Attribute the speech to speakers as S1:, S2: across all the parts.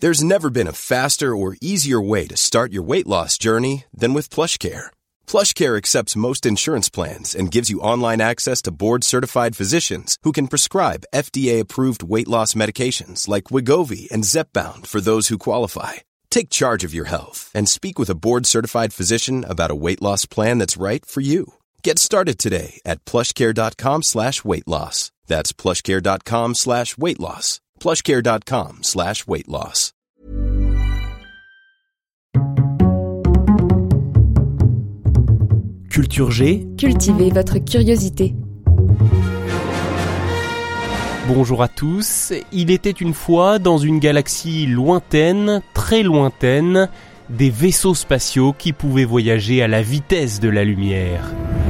S1: There's never been a faster or easier way to start your weight loss journey than with PlushCare. PlushCare accepts most insurance plans and gives you online access to board-certified physicians who can prescribe FDA-approved weight loss medications like Wegovy and Zepbound for those who qualify. Take charge of your health and speak with a board-certified physician about a weight loss plan that's right for you. Get started today at plushcare.com/weightloss. That's plushcare.com/weightloss. plushcare.com/weightloss.
S2: Culture G.
S3: Cultivez votre curiosité.
S2: Bonjour à tous. Il était une fois, dans une galaxie lointaine, très lointaine, des vaisseaux spatiaux qui pouvaient voyager à la vitesse de la lumière.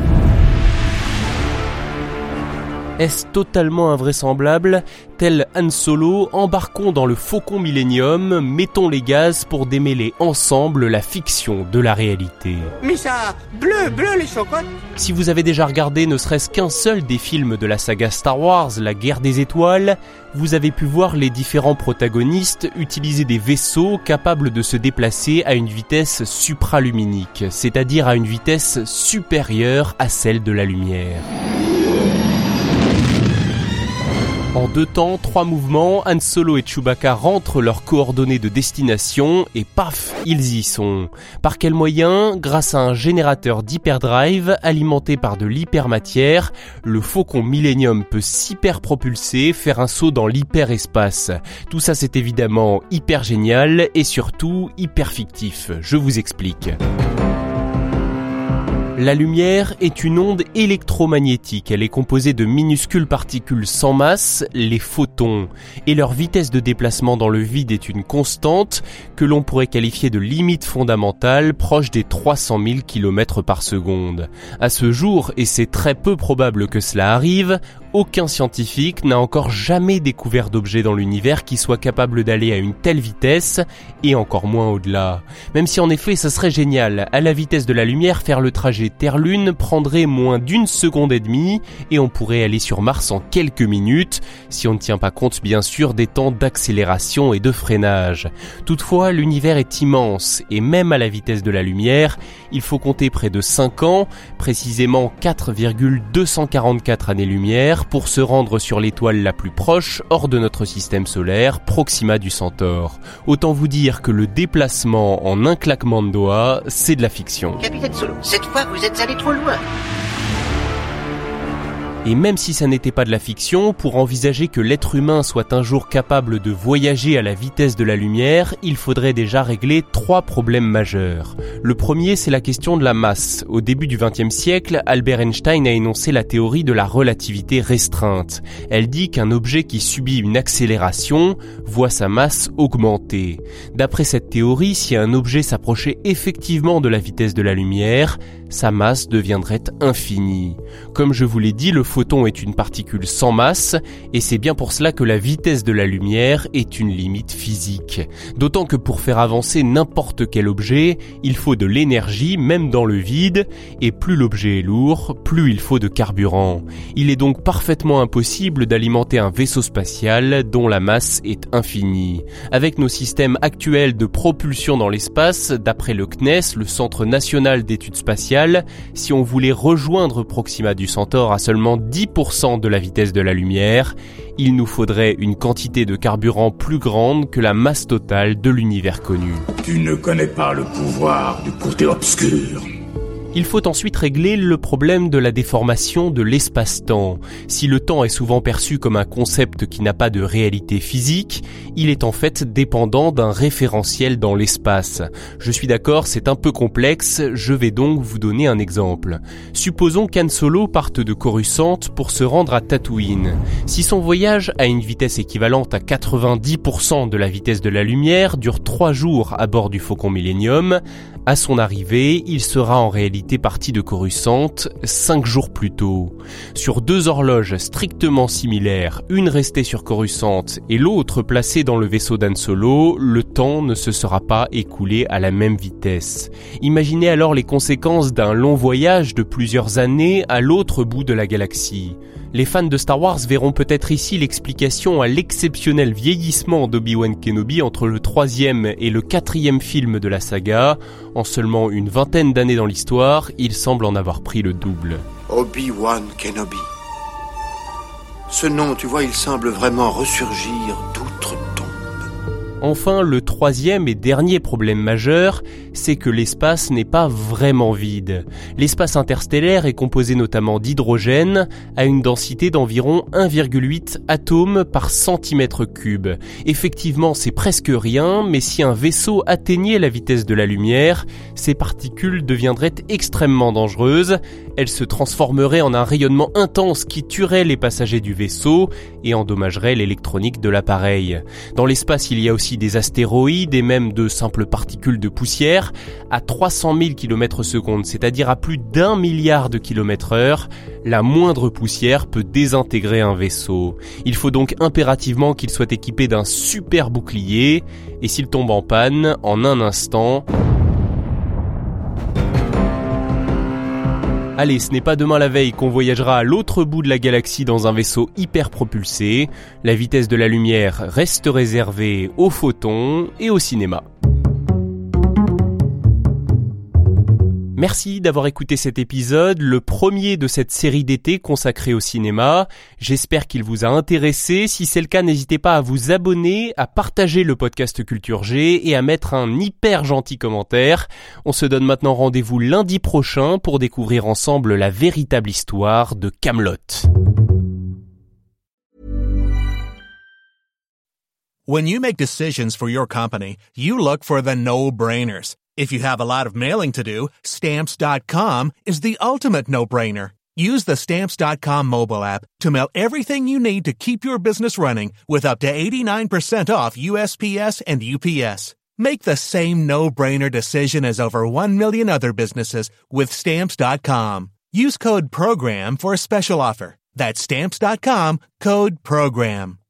S2: Est-ce totalement invraisemblable? Tel Han Solo, embarquons dans le Faucon Millenium, mettons les gaz pour démêler ensemble la fiction de la réalité.
S4: Mais ça, bleu les chocottes.
S2: Si vous avez déjà regardé ne serait-ce qu'un seul des films de la saga Star Wars, la Guerre des Étoiles, vous avez pu voir les différents protagonistes utiliser des vaisseaux capables de se déplacer à une vitesse supraluminique, c'est-à-dire à une vitesse supérieure à celle de la lumière. En 2 temps, 3 mouvements, Han Solo et Chewbacca rentrent leurs coordonnées de destination et paf, ils y sont. Par quel moyen? Grâce à un générateur d'hyperdrive alimenté par de l'hypermatière, le Faucon Millenium peut s'hyperpropulser, faire un saut dans l'hyperespace. Tout ça c'est évidemment hyper génial et surtout hyper fictif. Je vous explique. La lumière est une onde électromagnétique. Elle est composée de minuscules particules sans masse, les photons. Et leur vitesse de déplacement dans le vide est une constante que l'on pourrait qualifier de limite fondamentale proche des 300 000 km par seconde. À ce jour, et c'est très peu probable que cela arrive, aucun scientifique n'a encore jamais découvert d'objet dans l'univers qui soit capable d'aller à une telle vitesse et encore moins au-delà. Même si en effet ça serait génial, à la vitesse de la lumière, faire le trajet Terre-Lune prendrait moins d'1 seconde et demie et on pourrait aller sur Mars en quelques minutes, si on ne tient pas compte bien sûr des temps d'accélération et de freinage. Toutefois, l'univers est immense et même à la vitesse de la lumière, il faut compter près de 5 ans, précisément 4,244 années-lumière, pour se rendre sur l'étoile la plus proche hors de notre système solaire, Proxima du Centaure. Autant vous dire que le déplacement en un claquement de doigts, c'est de la fiction.
S4: Capitaine Solo, cette fois vous êtes allé trop loin.
S2: Et même si ça n'était pas de la fiction, pour envisager que l'être humain soit un jour capable de voyager à la vitesse de la lumière, il faudrait déjà régler 3 problèmes majeurs. Le premier, c'est la question de la masse. Au début du XXe siècle, Albert Einstein a énoncé la théorie de la relativité restreinte. Elle dit qu'un objet qui subit une accélération voit sa masse augmenter. D'après cette théorie, si un objet s'approchait effectivement de la vitesse de la lumière, sa masse deviendrait infinie. Comme je vous l'ai dit, le photon est une particule sans masse, et c'est bien pour cela que la vitesse de la lumière est une limite physique. D'autant que pour faire avancer n'importe quel objet, il faut de l'énergie, même dans le vide, et plus l'objet est lourd, plus il faut de carburant. Il est donc parfaitement impossible d'alimenter un vaisseau spatial dont la masse est infinie. Avec nos systèmes actuels de propulsion dans l'espace, d'après le CNES, le Centre National d'Études Spatiales, si on voulait rejoindre Proxima du Centaure à seulement 10% de la vitesse de la lumière, il nous faudrait une quantité de carburant plus grande que la masse totale de l'univers connu.
S5: Tu ne connais pas le pouvoir du côté obscur.
S2: Il faut ensuite régler le problème de la déformation de l'espace-temps. Si le temps est souvent perçu comme un concept qui n'a pas de réalité physique, il est en fait dépendant d'un référentiel dans l'espace. Je suis d'accord, c'est un peu complexe, je vais donc vous donner un exemple. Supposons qu'Han Solo parte de Coruscant pour se rendre à Tatooine. Si son voyage à une vitesse équivalente à 90% de la vitesse de la lumière dure 3 jours à bord du Faucon Millenium, à son arrivée, il sera en réalité parti de Coruscant 5 jours plus tôt. Sur 2 horloges strictement similaires, une restée sur Coruscant et l'autre placée dans le vaisseau d'Han Solo, le temps ne se sera pas écoulé à la même vitesse. Imaginez alors les conséquences d'un long voyage de plusieurs années à l'autre bout de la galaxie. Les fans de Star Wars verront peut-être ici l'explication à l'exceptionnel vieillissement d'Obi-Wan Kenobi entre le 3e et le 4e film de la saga. En seulement une vingtaine d'années dans l'histoire, il semble en avoir pris le double.
S6: Obi-Wan Kenobi. Ce nom, tu vois, il semble vraiment ressurgir d'outre-tombe.
S2: Enfin, le 3e et dernier problème majeur, c'est que l'espace n'est pas vraiment vide. L'espace interstellaire est composé notamment d'hydrogène, à une densité d'environ 1,8 atomes par centimètre cube. Effectivement, c'est presque rien, mais si un vaisseau atteignait la vitesse de la lumière, ces particules deviendraient extrêmement dangereuses. Elles se transformeraient en un rayonnement intense qui tuerait les passagers du vaisseau et endommagerait l'électronique de l'appareil. Dans l'espace, il y a aussi des astéroïdes et même de simples particules de poussière à 300 000 km/s, c'est-à-dire à plus d'1 milliard de km/h. La moindre poussière peut désintégrer un vaisseau. Il faut donc impérativement qu'il soit équipé d'un super bouclier, et s'il tombe en panne, en un instant... Allez, ce n'est pas demain la veille qu'on voyagera à l'autre bout de la galaxie dans un vaisseau hyper propulsé. La vitesse de la lumière reste réservée aux photons et au cinéma. Merci d'avoir écouté cet épisode, le premier de cette série d'été consacrée au cinéma. J'espère qu'il vous a intéressé. Si c'est le cas, n'hésitez pas à vous abonner, à partager le podcast Culture G et à mettre un hyper gentil commentaire. On se donne maintenant rendez-vous lundi prochain pour découvrir ensemble la véritable histoire de Kaamelott.
S7: When you make decisions for your company, you look for the no-brainers. If you have a lot of mailing to do, Stamps.com is the ultimate no-brainer. Use the Stamps.com mobile app to mail everything you need to keep your business running with up to 89% off USPS and UPS. Make the same no-brainer decision as over 1 million other businesses with Stamps.com. Use code PROGRAM for a special offer. That's Stamps.com, code PROGRAM.